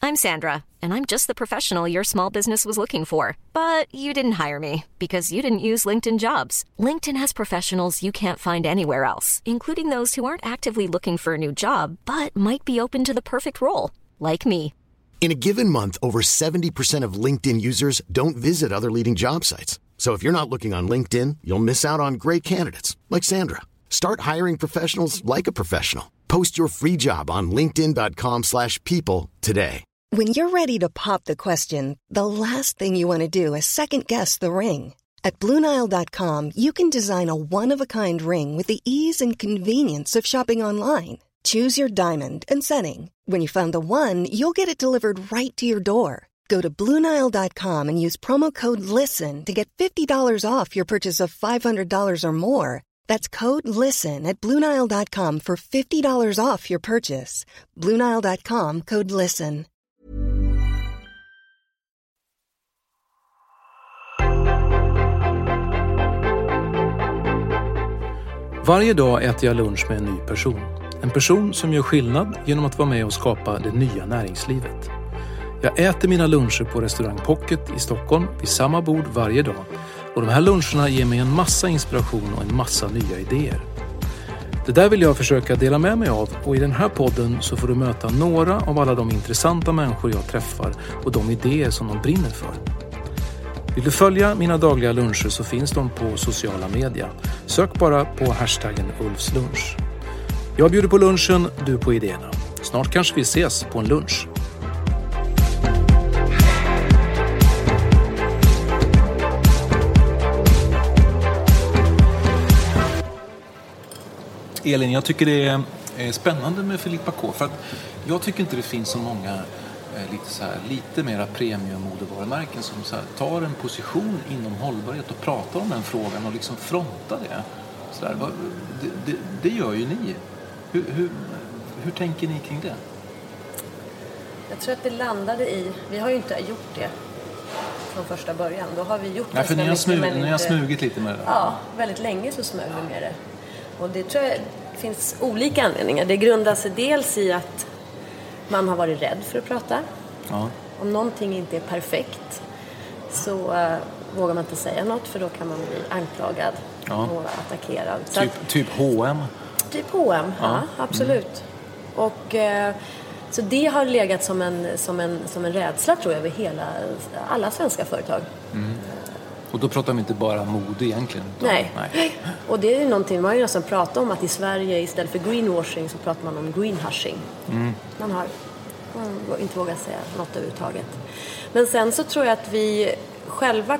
I'm Sandra, and I'm just the professional your small business was looking for. But you didn't hire me because you didn't use LinkedIn Jobs. LinkedIn has professionals you can't find anywhere else, including those who aren't actively looking for a new job, but might be open to the perfect role, like me. In a given month, over 70% of LinkedIn users don't visit other leading job sites. So if you're not looking on LinkedIn, you'll miss out on great candidates like Sandra. Start hiring professionals like a professional. Post your free job on linkedin.com/people today. When you're ready to pop the question, the last thing you want to do is second-guess the ring. At BlueNile.com, you can design a one-of-a-kind ring with the ease and convenience of shopping online. Choose your diamond and setting. When you find the one, you'll get it delivered right to your door. Go to BlueNile.com and use promo code LISTEN to get $50 off your purchase of $500 or more. That's code LISTEN at BlueNile.com for $50 off your purchase. BlueNile.com, code LISTEN. Varje dag äter jag lunch med en ny person. En person som gör skillnad genom att vara med och skapa det nya näringslivet. Jag äter mina luncher på restaurang Pocket i Stockholm vid samma bord varje dag. Och de här luncherna ger mig en massa inspiration och en massa nya idéer. Det där vill jag försöka dela med mig av, och i den här podden så får du möta några av alla de intressanta människor jag träffar och de idéer som de brinner för. Vill du följa mina dagliga luncher så finns de på sociala medier. Sök bara på hashtaggen Ulfslunch. Jag bjuder på lunchen, du på idéerna. Snart kanske vi ses på en lunch. Elin, jag tycker det är spännande med Filippa K. För att jag tycker inte det finns så många lite mera premium-modevarumärken som så här, tar en position inom hållbarhet och pratar om den frågan och liksom frontar det. Så där, det gör ju ni. Hur tänker ni kring det? Jag tror att det landade i... Vi har ju inte gjort det från första början. Då har vi gjort det. För ni har smugit lite med det. Ja, väldigt länge så smög vi med det. Och det tror jag finns olika anledningar. Det grundar sig dels i att man har varit rädd för att prata. Ja. Om någonting inte är perfekt så vågar man inte säga något, för då kan man bli anklagad och attackerad. Typ H&M? Typ H&M, ja absolut. Och så det har legat som en rädsla, tror jag, över alla svenska företag. Mm. Och då pratar vi inte bara mode egentligen. Nej. Och det är ju någonting man ju nästan pratar om, att i Sverige istället för greenwashing så pratar man om greenhushing. Mm. Man inte vågar säga något överhuvudtaget. Men sen så tror jag att vi själva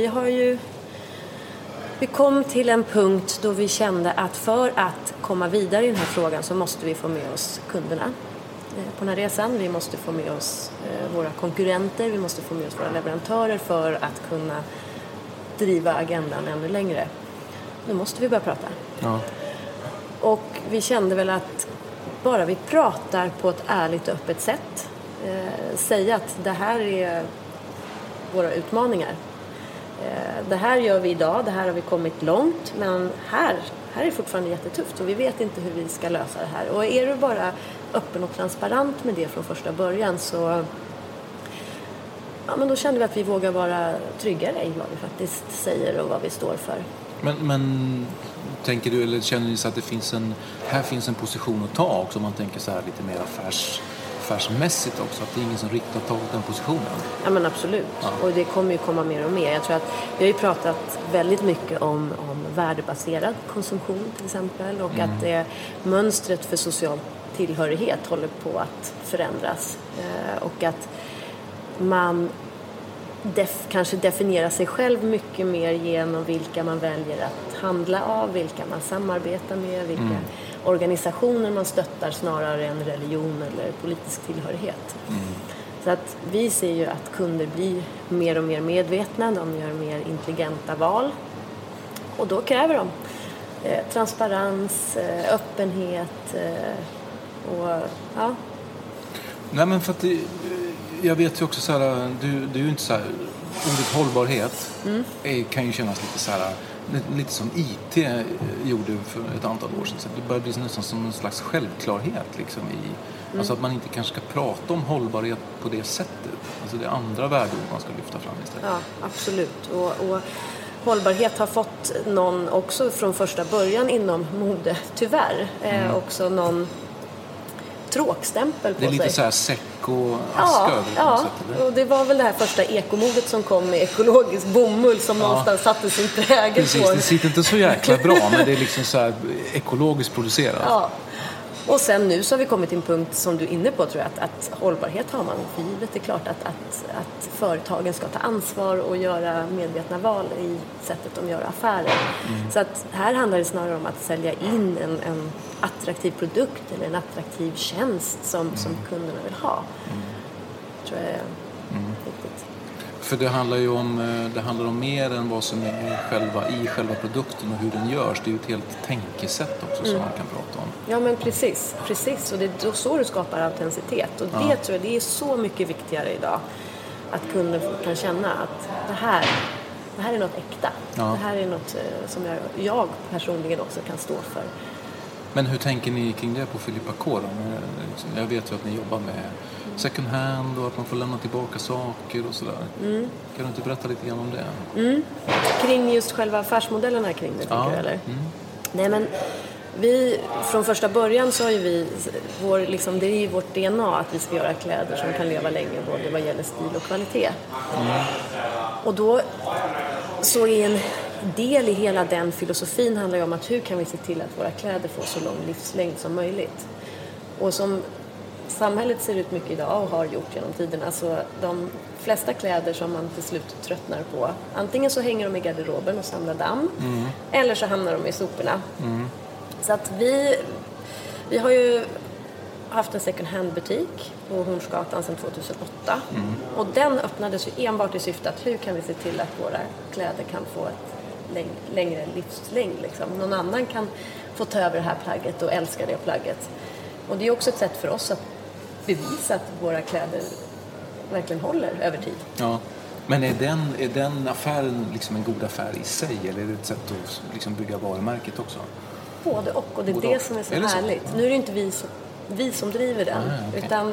vi kom till en punkt då vi kände att för att komma vidare i den här frågan så måste vi få med oss kunderna på den här resan. Vi måste få med oss våra konkurrenter, vi måste få med oss våra leverantörer för att kunna driva agendan ännu längre. Då måste vi börja prata. Ja. Och vi kände väl att bara vi pratar på ett ärligt och öppet sätt, säga att det här är våra utmaningar. Det här gör vi idag, det här har vi kommit långt, men här är det fortfarande jättetufft och vi vet inte hur vi ska lösa det här. Och är du bara öppen och transparent med det från första början så men då kände vi att vi vågar vara tryggare i vad vi faktiskt säger och vad vi står för. Men tänker du, eller känner ni så att här finns en position att ta också, om man tänker så här lite mer affärsmässigt också, att det är ingen som riktigt har tagit den positionen? Ja, men absolut. Ja. Och det kommer ju komma mer och mer. Jag tror att vi har ju pratat väldigt mycket om värdebaserad konsumtion till exempel, och att mönstret för social tillhörighet håller på att förändras. Och att man kanske definierar sig själv mycket mer genom vilka man väljer att handla av, vilka man samarbetar med, vilka organisationer man stöttar snarare än religion eller politisk tillhörighet. Så att vi ser ju att kunder blir mer och mer medvetna, de gör mer intelligenta val, och då kräver de transparens, öppenhet och ja. Nej, men för att jag vet ju också så här, du är ju inte så här, ordet hållbarhet kan ju kännas lite så här lite som IT gjorde för ett antal år sedan. Så det börjar bli nästan som en slags självklarhet liksom alltså att man inte kanske ska prata om hållbarhet på det sättet. Alltså det är andra värden man ska lyfta fram istället. Ja, absolut. Och hållbarhet har fått någon också från första början inom mode, tyvärr. Också någon tråkstämpel på sig. Det är lite så här säck och aska över det. Ja, och det var väl det här första ekomodet som kom med ekologisk bomull som någonstans satte sin prägel Precis, på. det sitter inte så jäkla bra, men det är liksom så här ekologiskt producerat. Ja. Och sen nu så har vi kommit till en punkt som du är inne på, tror jag, att hållbarhet har man för givet. Det är klart att företagen ska ta ansvar och göra medvetna val i sättet de gör affärer. Så att här handlar det snarare om att sälja in en attraktiv produkt eller en attraktiv tjänst som kunderna vill ha. Tror jag är viktigt. För det handlar ju om mer än vad som är i själva produkten och hur den görs. Det är ju ett helt tänkesätt också som man kan prata om. Ja, men precis. Och det är då så du skapar autenticitet. Och det tror jag det är så mycket viktigare idag. Att kunden kan känna att det här är något äkta. Ja. Det här är något som jag personligen också kan stå för. Men hur tänker ni kring det på Filippa K? Jag vet ju att ni jobbar med second hand och att man får lämna tillbaka saker och sådär. Kan du inte berätta lite grann om det? Kring just själva affärsmodellerna kring det, tänker du, eller? Nej, men vi, från första början så har ju vi, det är ju vårt DNA att vi ska göra kläder som kan leva länge, både vad gäller stil och kvalitet. Och då så är en del i hela den filosofin handlar ju om att hur kan vi se till att våra kläder får så lång livslängd som möjligt. Och som samhället ser ut mycket idag och har gjort genom tiderna, så de flesta kläder som man till slut tröttnar på, antingen så hänger de i garderoben och samlar damm, eller så hamnar de i soporna. Så att vi har ju haft en second hand-butik på Hornsgatan sedan 2008. Och den öppnades ju enbart i syfte att hur kan vi se till att våra kläder kan få ett längre livslängd. Liksom. Någon annan kan få ta över det här plagget och älska det plagget. Och det är också ett sätt för oss att bevisa att våra kläder verkligen håller över tid. Ja. Men är den affären liksom en god affär i sig, eller är det ett sätt att liksom bygga varumärket också? Både och det är det som är så härligt. Så? Nu är det inte vi som driver den, utan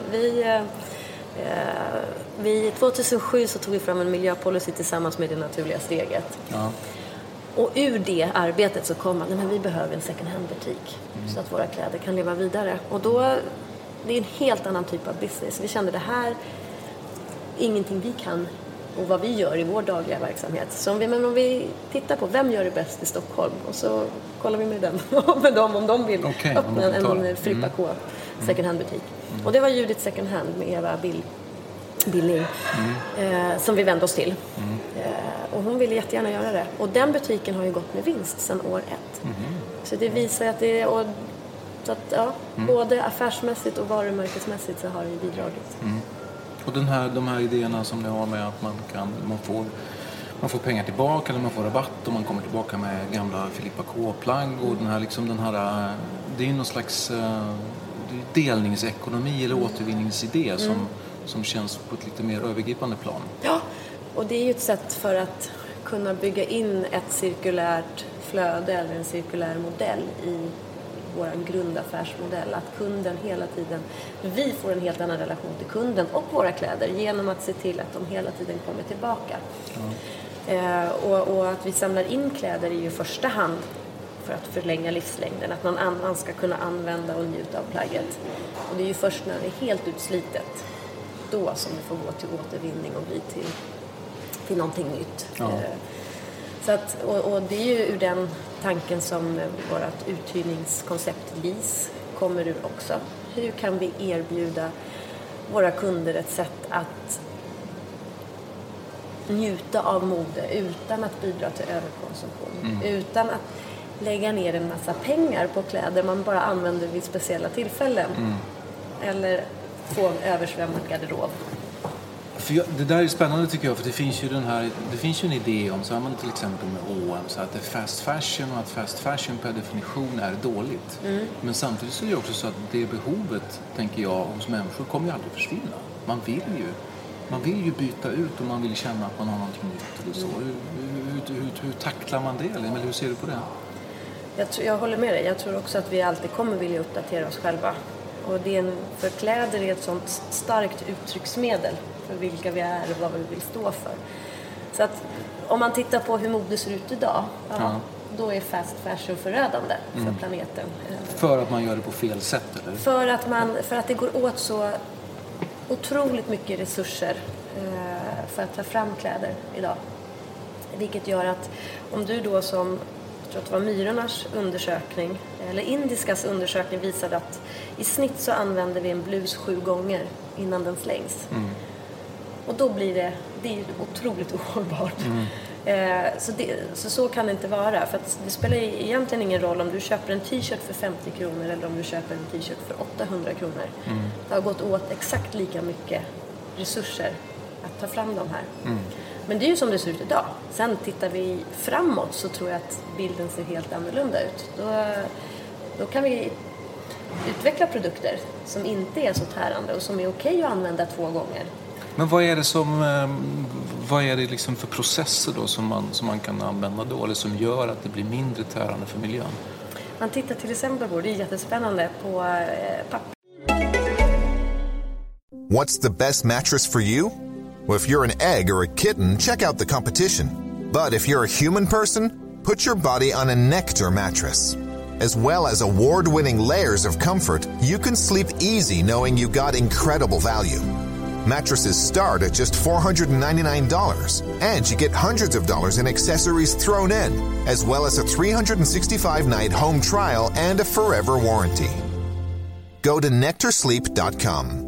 vi 2007 så tog vi fram en miljöpolicy tillsammans med Det naturliga steget. Ja. Och ur det arbetet så kom man, vi behöver en second hand-butik så att våra kläder kan leva vidare. Och då, det är en helt annan typ av business. Vi kände det här, ingenting vi kan och vad vi gör i vår dagliga verksamhet. Så om vi tittar på vem gör det bäst i Stockholm, och så kollar vi med dem om de vill öppna en Filippa K second hand-butik. Och det var Judith Second Hand med Eva Billing som vi vände oss till. Och hon ville jättegärna göra det. Och den butiken har ju gått med vinst sedan år 1. Så det visar att det är... Så att, både affärsmässigt och varumärkesmässigt så har det bidragit. Och de här idéerna som ni har med att man får pengar tillbaka eller man får rabatt och man kommer tillbaka med gamla Filippa K-plagg och det är ju någon slags delningsekonomi eller återvinningsidé som känns på ett lite mer övergripande plan. Ja, och det är ju ett sätt för att kunna bygga in ett cirkulärt flöde eller en cirkulär modell i vår grundaffärsmodell. Att kunden hela tiden, vi får en helt annan relation till kunden och våra kläder genom att se till att de hela tiden kommer tillbaka. Och att vi samlar in kläder är ju i första hand för att förlänga livslängden. Att någon annan ska kunna använda och njuta av plagget. Och det är ju först när det är helt utslitet då som det får gå till återvinning och bli till någonting nytt. Ja. Så att, och det är ju ur den tanken som vårt uthyrningskoncept LIS kommer ur också. Hur kan vi erbjuda våra kunder ett sätt att njuta av mode utan att bidra till överkonsumtion, utan att lägga ner en massa pengar på kläder man bara använder vid speciella tillfällen eller få en översvämmad garderob. Det där är spännande tycker jag, för det finns ju en idé om, så här man till exempel med H&M, så att det är fast fashion och att fast fashion per definition är dåligt. Men samtidigt så är det också så att det behovet, tänker jag, hos människor kommer ju aldrig försvinna. Man vill ju Man vill ju byta ut och man vill känna att man har någonting nytt eller så. Hur tacklar man det? Eller hur ser du på det? Jag håller med dig. Jag tror också att vi alltid kommer vilja uppdatera oss själva. Och för kläder är ett sånt starkt uttrycksmedel för vilka vi är och vad vi vill stå för. Så att om man tittar på hur mode ser ut idag, då är fast fashion förödande för planeten. För att man gör det på fel sätt, eller? För att det går åt så otroligt mycket resurser för att ta fram kläder idag. Vilket gör att om du då som, jag tror att det var Myrornas undersökning, eller Indiskas undersökning visade att i snitt så använder vi en blus 7 gånger innan den slängs. Och då blir det är otroligt ohållbart. Så kan det inte vara. För att det spelar egentligen ingen roll om du köper en t-shirt för 50 kronor eller om du köper en t-shirt för 800 kronor. Det har gått åt exakt lika mycket resurser att ta fram de här. Men det är ju som det ser ut idag. Sen tittar vi framåt så tror jag att bilden ser helt annorlunda ut. Då kan vi utveckla produkter som inte är så tärande och som är okej att använda 2 gånger. Men vad är det liksom för processer då som man kan använda då, eller som gör att det blir mindre tärande för miljön? Man tittar till exempel på, det är jättespännande, på papper. What's the best mattress for you? Well, if you're an egg or a kitten, check out the competition. But if you're a human person, put your body on a Nectar mattress. As well as award-winning layers of comfort, you can sleep easy knowing you got incredible value. Mattresses start at just $499, and you get hundreds of dollars in accessories thrown in, as well as a 365-night home trial and a forever warranty. Go to nectarsleep.com.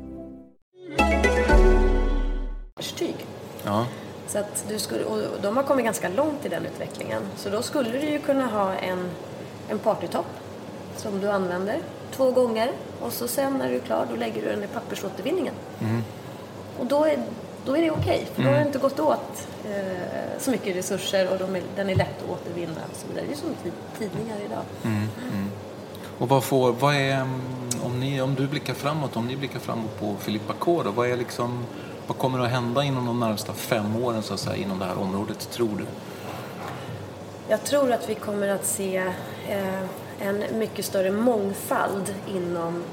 Ja. Så att och de har kommit ganska långt i den utvecklingen. Så då skulle du ju kunna ha en partytopp som du använder 2 gånger. Och så sen när du är klar, då lägger du den i pappersåtervinningen. Och då är det okej. För då har det inte gått åt så mycket resurser och den är lätt att återvinna. Så det är ju som tidningar idag. Och vad är, om du blickar framåt, om ni blickar framåt på Filippa K, då, vad kommer att hända inom de närmsta 5 åren så att säga, inom det här området, tror du? Jag tror att vi kommer att se en mycket större mångfald inom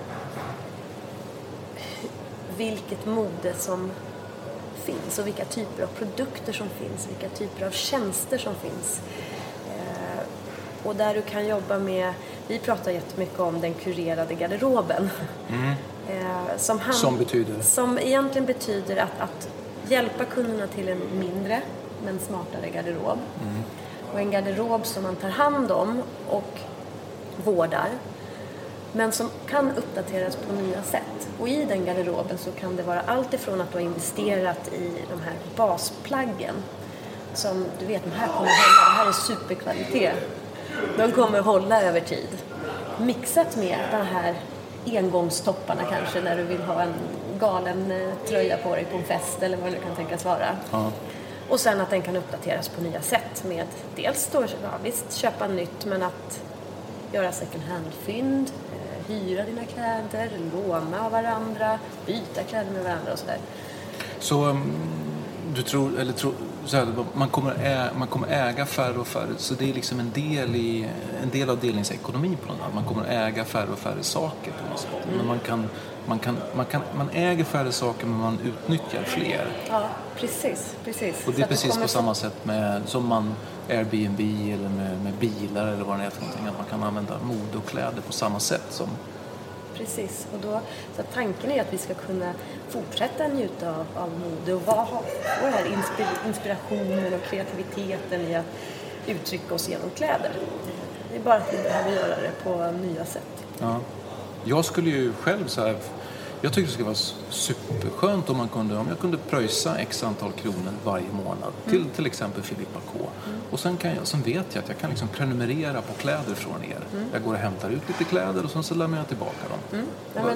vilket mode som finns och vilka typer av produkter som finns, vilka typer av tjänster som finns. Och där du kan jobba med, vi pratar jättemycket om den kurerade garderoben. Som egentligen betyder att hjälpa kunderna till en mindre men smartare garderob. Och en garderob som man tar hand om och vårdar, men som kan uppdateras på nya sätt. Och i den garderoben så kan det vara allt ifrån att du har investerat i de här basplaggen som du vet, de här kommer hålla, det här är superkvalitet. De kommer hålla över tid. Mixat med den här engångstopparna kanske när du vill ha en galen tröja på dig på en fest eller vad det kan tänkas vara. Och sen att den kan uppdateras på nya sätt med dels då, visst köpa nytt, men att göra second hand-fynd, hyra dina kläder, låna av varandra, byta kläder med varandra och sådär. Så du tror, eller så här, man kommer äga färre och färre, så det är liksom en del av delningsekonomin på något sätt. Man kommer äga färre och färre saker på något sätt. Men man äger färre saker, men man utnyttjar fler. Ja, precis. Och det är precis på samma sätt som man Airbnb eller med bilar eller vad det är för någonting, att man kan använda mode och kläder på samma sätt som. Precis, och då, så tanken är att vi ska kunna fortsätta njuta av mode och ha den här inspirationen och kreativiteten i att uttrycka oss genom kläder. Det är bara att vi behöver göra det på nya sätt. Ja. Jag skulle ju själv så här, jag tycker det skulle vara superskönt om jag kunde pröjsa x antal kronor varje månad till exempel Filippa K. Och sen vet jag att jag kan liksom prenumerera på kläder från er. Jag går och hämtar ut lite kläder och så lämnar jag tillbaka dem.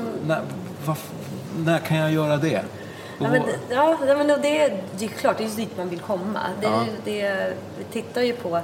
När kan jag göra det? Det är klart, det är just dit man vill komma. Vi tittar ju på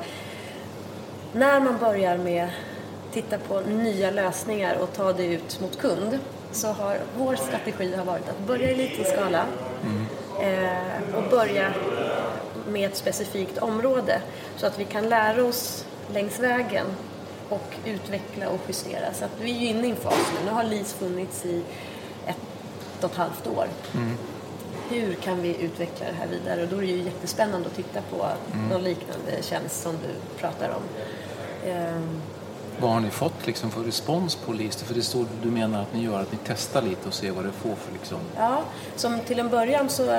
när man börjar med titta på nya lösningar och ta det ut mot kund, så har vår strategi har varit att börja i liten skala och börja med ett specifikt område så att vi kan lära oss längs vägen och utveckla och justera. Så att vi är ju inne i en fas nu. Nu har LIS funnits i 1,5 år. Hur kan vi utveckla det här vidare? Och då är det ju jättespännande att titta på någon liknande tjänst som du pratar om. Vad har ni fått liksom för respons på LIS? För det står du menar att ni gör att ni testar lite och ser vad det får för liksom... Ja, som till en början så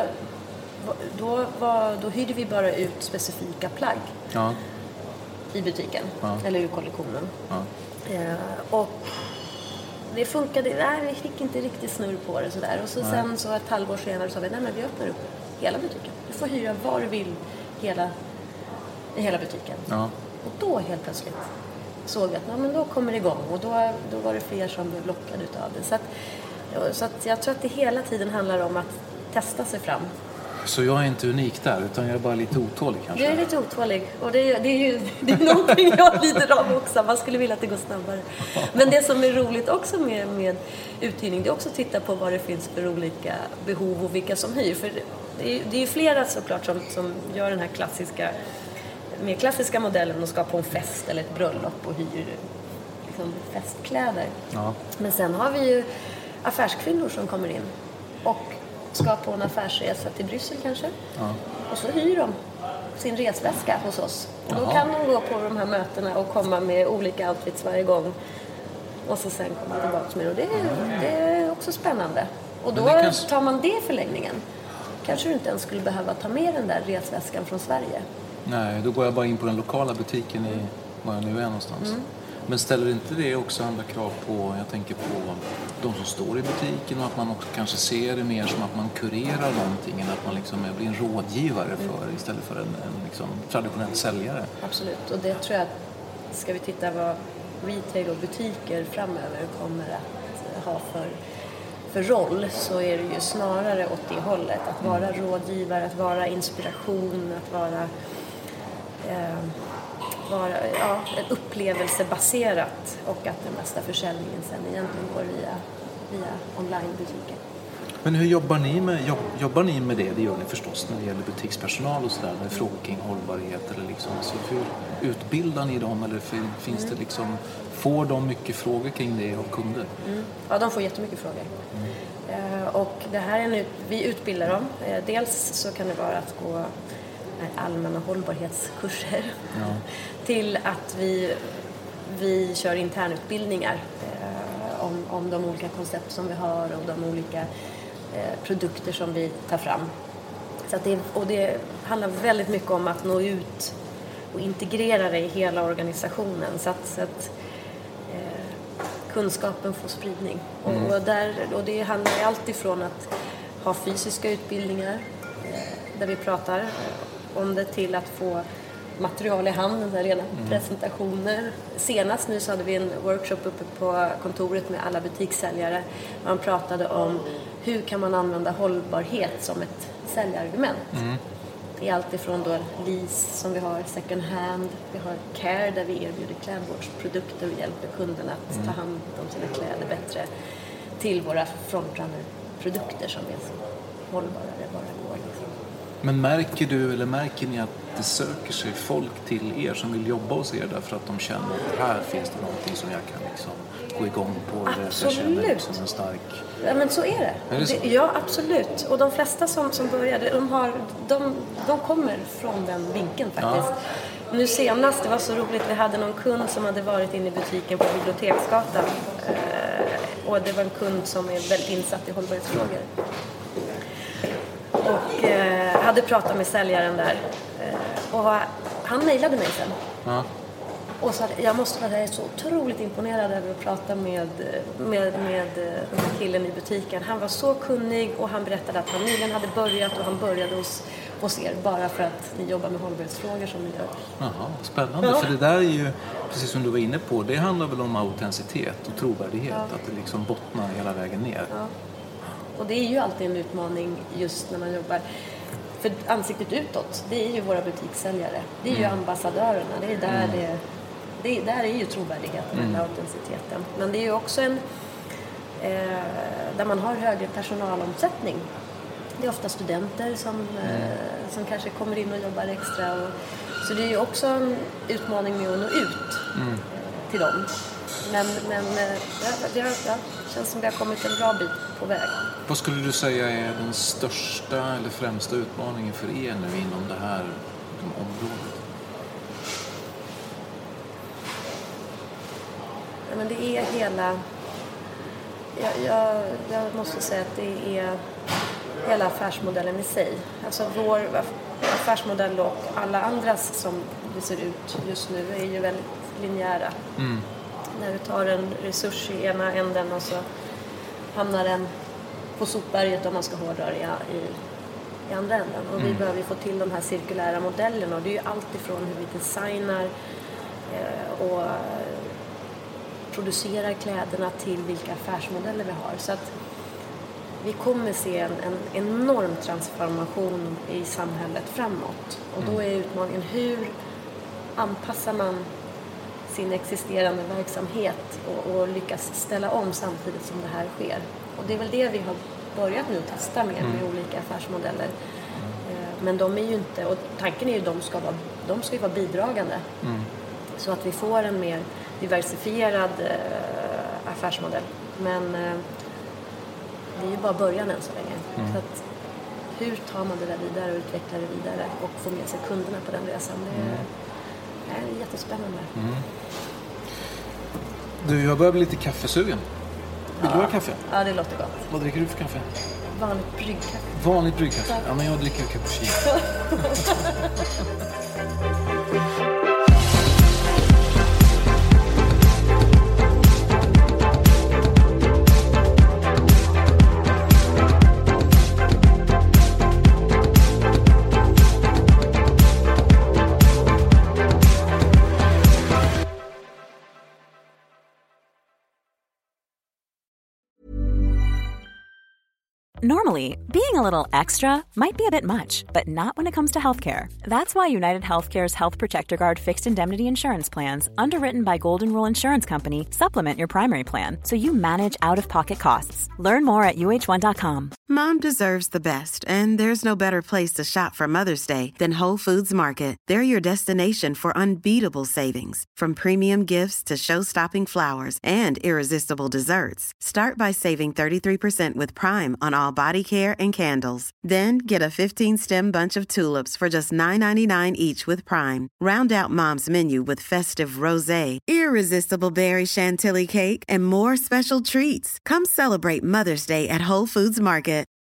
då hyrde vi bara ut specifika plagg i butiken eller ur kollektionen. Och det funkade, vi fick inte riktigt snurr på det sådär. Och sen så ett halvår senare sa vi, nej men vi öppnar upp hela butiken. Du får hyra vad du vill i hela butiken. Och då helt plötsligt såg vi att men då kommer det igång. Och då var det fler som blev lockade utav det. Så att jag tror att det hela tiden handlar om att testa sig fram. Så jag är inte unik där, utan jag är bara lite otålig kanske? Jag är lite otålig. Och det är någonting jag lider av också. Man skulle vilja att det går snabbare. Men det som är roligt också med uthyrning, det är också att titta på vad det finns för olika behov och vilka som hyr. För det är ju flera såklart som gör den här mer klassiska modellen och ska på en fest eller ett bröllop och hyr liksom festkläder. Men sen har vi ju affärskvinnor som kommer in och ska på en affärsresa till Bryssel kanske. Och så hyr de sin resväska hos oss. Och då kan de gå på de här mötena och komma med olika outfits varje gång. Och så sen komma tillbaka med det. Och det är också spännande. Och då tar man det i förlängningen. Kanske du inte ens skulle behöva ta med den där resväskan från Sverige. Nej, då går jag bara in på den lokala butiken i var jag nu är någonstans. Men ställer inte det också andra krav på, jag tänker på de som står i butiken och att man också kanske ser det mer som att man kurerar någonting än att man liksom blir en rådgivare för istället för en liksom traditionell säljare? Absolut, och det tror jag att ska vi titta vad retail och butiker framöver kommer att ha för roll, så är det ju snarare åt det hållet. Att vara rådgivare, att vara inspiration, att vara upplevelsebaserat och att den mesta försäljningen sen egentligen går via onlinebutiker. Men hur jobbar ni med det? Det gör ni förstås när det gäller butikspersonal och sådär, med frågor kring hållbarhet eller liksom. Så hur utbildar ni dem eller finns det liksom, får de mycket frågor kring det och kunder? Ja, de får jättemycket frågor. Och det här vi utbildar dem. Dels så kan det vara att gå allmänna hållbarhetskurser till att vi kör internutbildningar om de olika koncept som vi har och de olika produkter som vi tar fram. Så att det handlar väldigt mycket om att nå ut och integrera det i hela organisationen så att kunskapen får spridning. Och det handlar allt ifrån att ha fysiska utbildningar där vi pratar om det till att få material i handen, rena presentationer. Senast nu så hade vi en workshop uppe på kontoret med alla butikssäljare. Man pratade om hur kan man använda hållbarhet som ett säljargument. Det är allt ifrån då LIS som vi har, second hand, vi har Care där vi erbjuder klädvårdsprodukter och hjälper kunderna att ta hand om sina kläder bättre, till våra frontrunner-produkter som är så hållbara det bara går. Liksom. Men märker ni att det söker sig folk till er som vill jobba hos er därför att de känner att här finns det någonting som jag kan liksom gå igång på? Absolut. Jag känner liksom en stark... Ja, men så är det. Ja, absolut. Och de flesta som började, de kommer från den vinkeln faktiskt. Nu senast, det var så roligt, vi hade någon kund som hade varit inne i butiken på Biblioteksgatan. Och det var en kund som är väldigt insatt i hållbarhetsfrågor. Och hade pratat med säljaren där. Och han mejlade mig sen. Och så jag är så otroligt imponerad över att prata med den här killen i butiken. Han var så kunnig och han berättade att han nyligen hade börjat och han började hos er bara för att ni jobbar med hållbarhetsfrågor som ni gör. Jaha, spännande. Ja. För det där är ju, precis som du var inne på, det handlar väl om autenticitet och trovärdighet. Ja. Att det liksom bottnar hela vägen ner. Ja. Och det är ju alltid en utmaning just när man jobbar. För ansiktet utåt, det är ju våra butikssäljare. Det är ju ambassadörerna. Det är där där är ju trovärdigheten eller autenticiteten. Men det är ju också där man har högre personalomsättning. Det är ofta studenter som kanske kommer in och jobbar extra. Så det är ju också en utmaning med att nå ut till dem. Men det känns som vi har kommit en bra bit på väg. Vad skulle du säga är den största eller främsta utmaningen för er nu inom det här området? Ja, men det är hela... Jag måste säga att det är hela affärsmodellen i sig. Alltså vår affärsmodell och alla andras som det ser ut just nu är ju väldigt linjära. När du tar en resurs i ena änden och så hamnar den på sopberget om man ska hårdra det i andra änden. Och vi behöver få till de här cirkulära modellerna och det är ju allt ifrån hur vi designar och producerar kläderna till vilka affärsmodeller vi har. Så att vi kommer se en enorm transformation i samhället framåt. Och då är utmaningen hur anpassar man sin existerande verksamhet och lyckas ställa om samtidigt som det här sker. Och det är väl det vi har börjat nu testa med olika affärsmodeller. Men de är ju inte, och tanken är ju att de ska ju vara bidragande. Så att vi får en mer diversifierad affärsmodell. Men det är ju bara början än så länge. Så att, hur tar man det där vidare och utvecklar det vidare och får med sig kunderna på den resan? Det är jättespännande. Du, jag börjar bli lite kaffesugen. Vill du ha kaffe? Ja, det låter gott. Vad dricker du för kaffe? Vanligt bryggkaffe. Vanligt bryggkaffe? Ja, men jag dricker cappuccino. Normally, being a little extra might be a bit much, but not when it comes to healthcare. That's why United Healthcare's Health Protector Guard fixed indemnity insurance plans, underwritten by Golden Rule Insurance Company, supplement your primary plan so you manage out-of-pocket costs. Learn more at uh1.com. Mom deserves the best, and there's no better place to shop for Mother's Day than Whole Foods Market. They're your destination for unbeatable savings, from premium gifts to show-stopping flowers and irresistible desserts. Start by saving 33% with Prime on all body care and candles. Then get a 15-stem bunch of tulips for just $9.99 each with Prime. Round out Mom's menu with festive rosé, irresistible berry chantilly cake, and more special treats. Come celebrate Mother's Day at Whole Foods Market.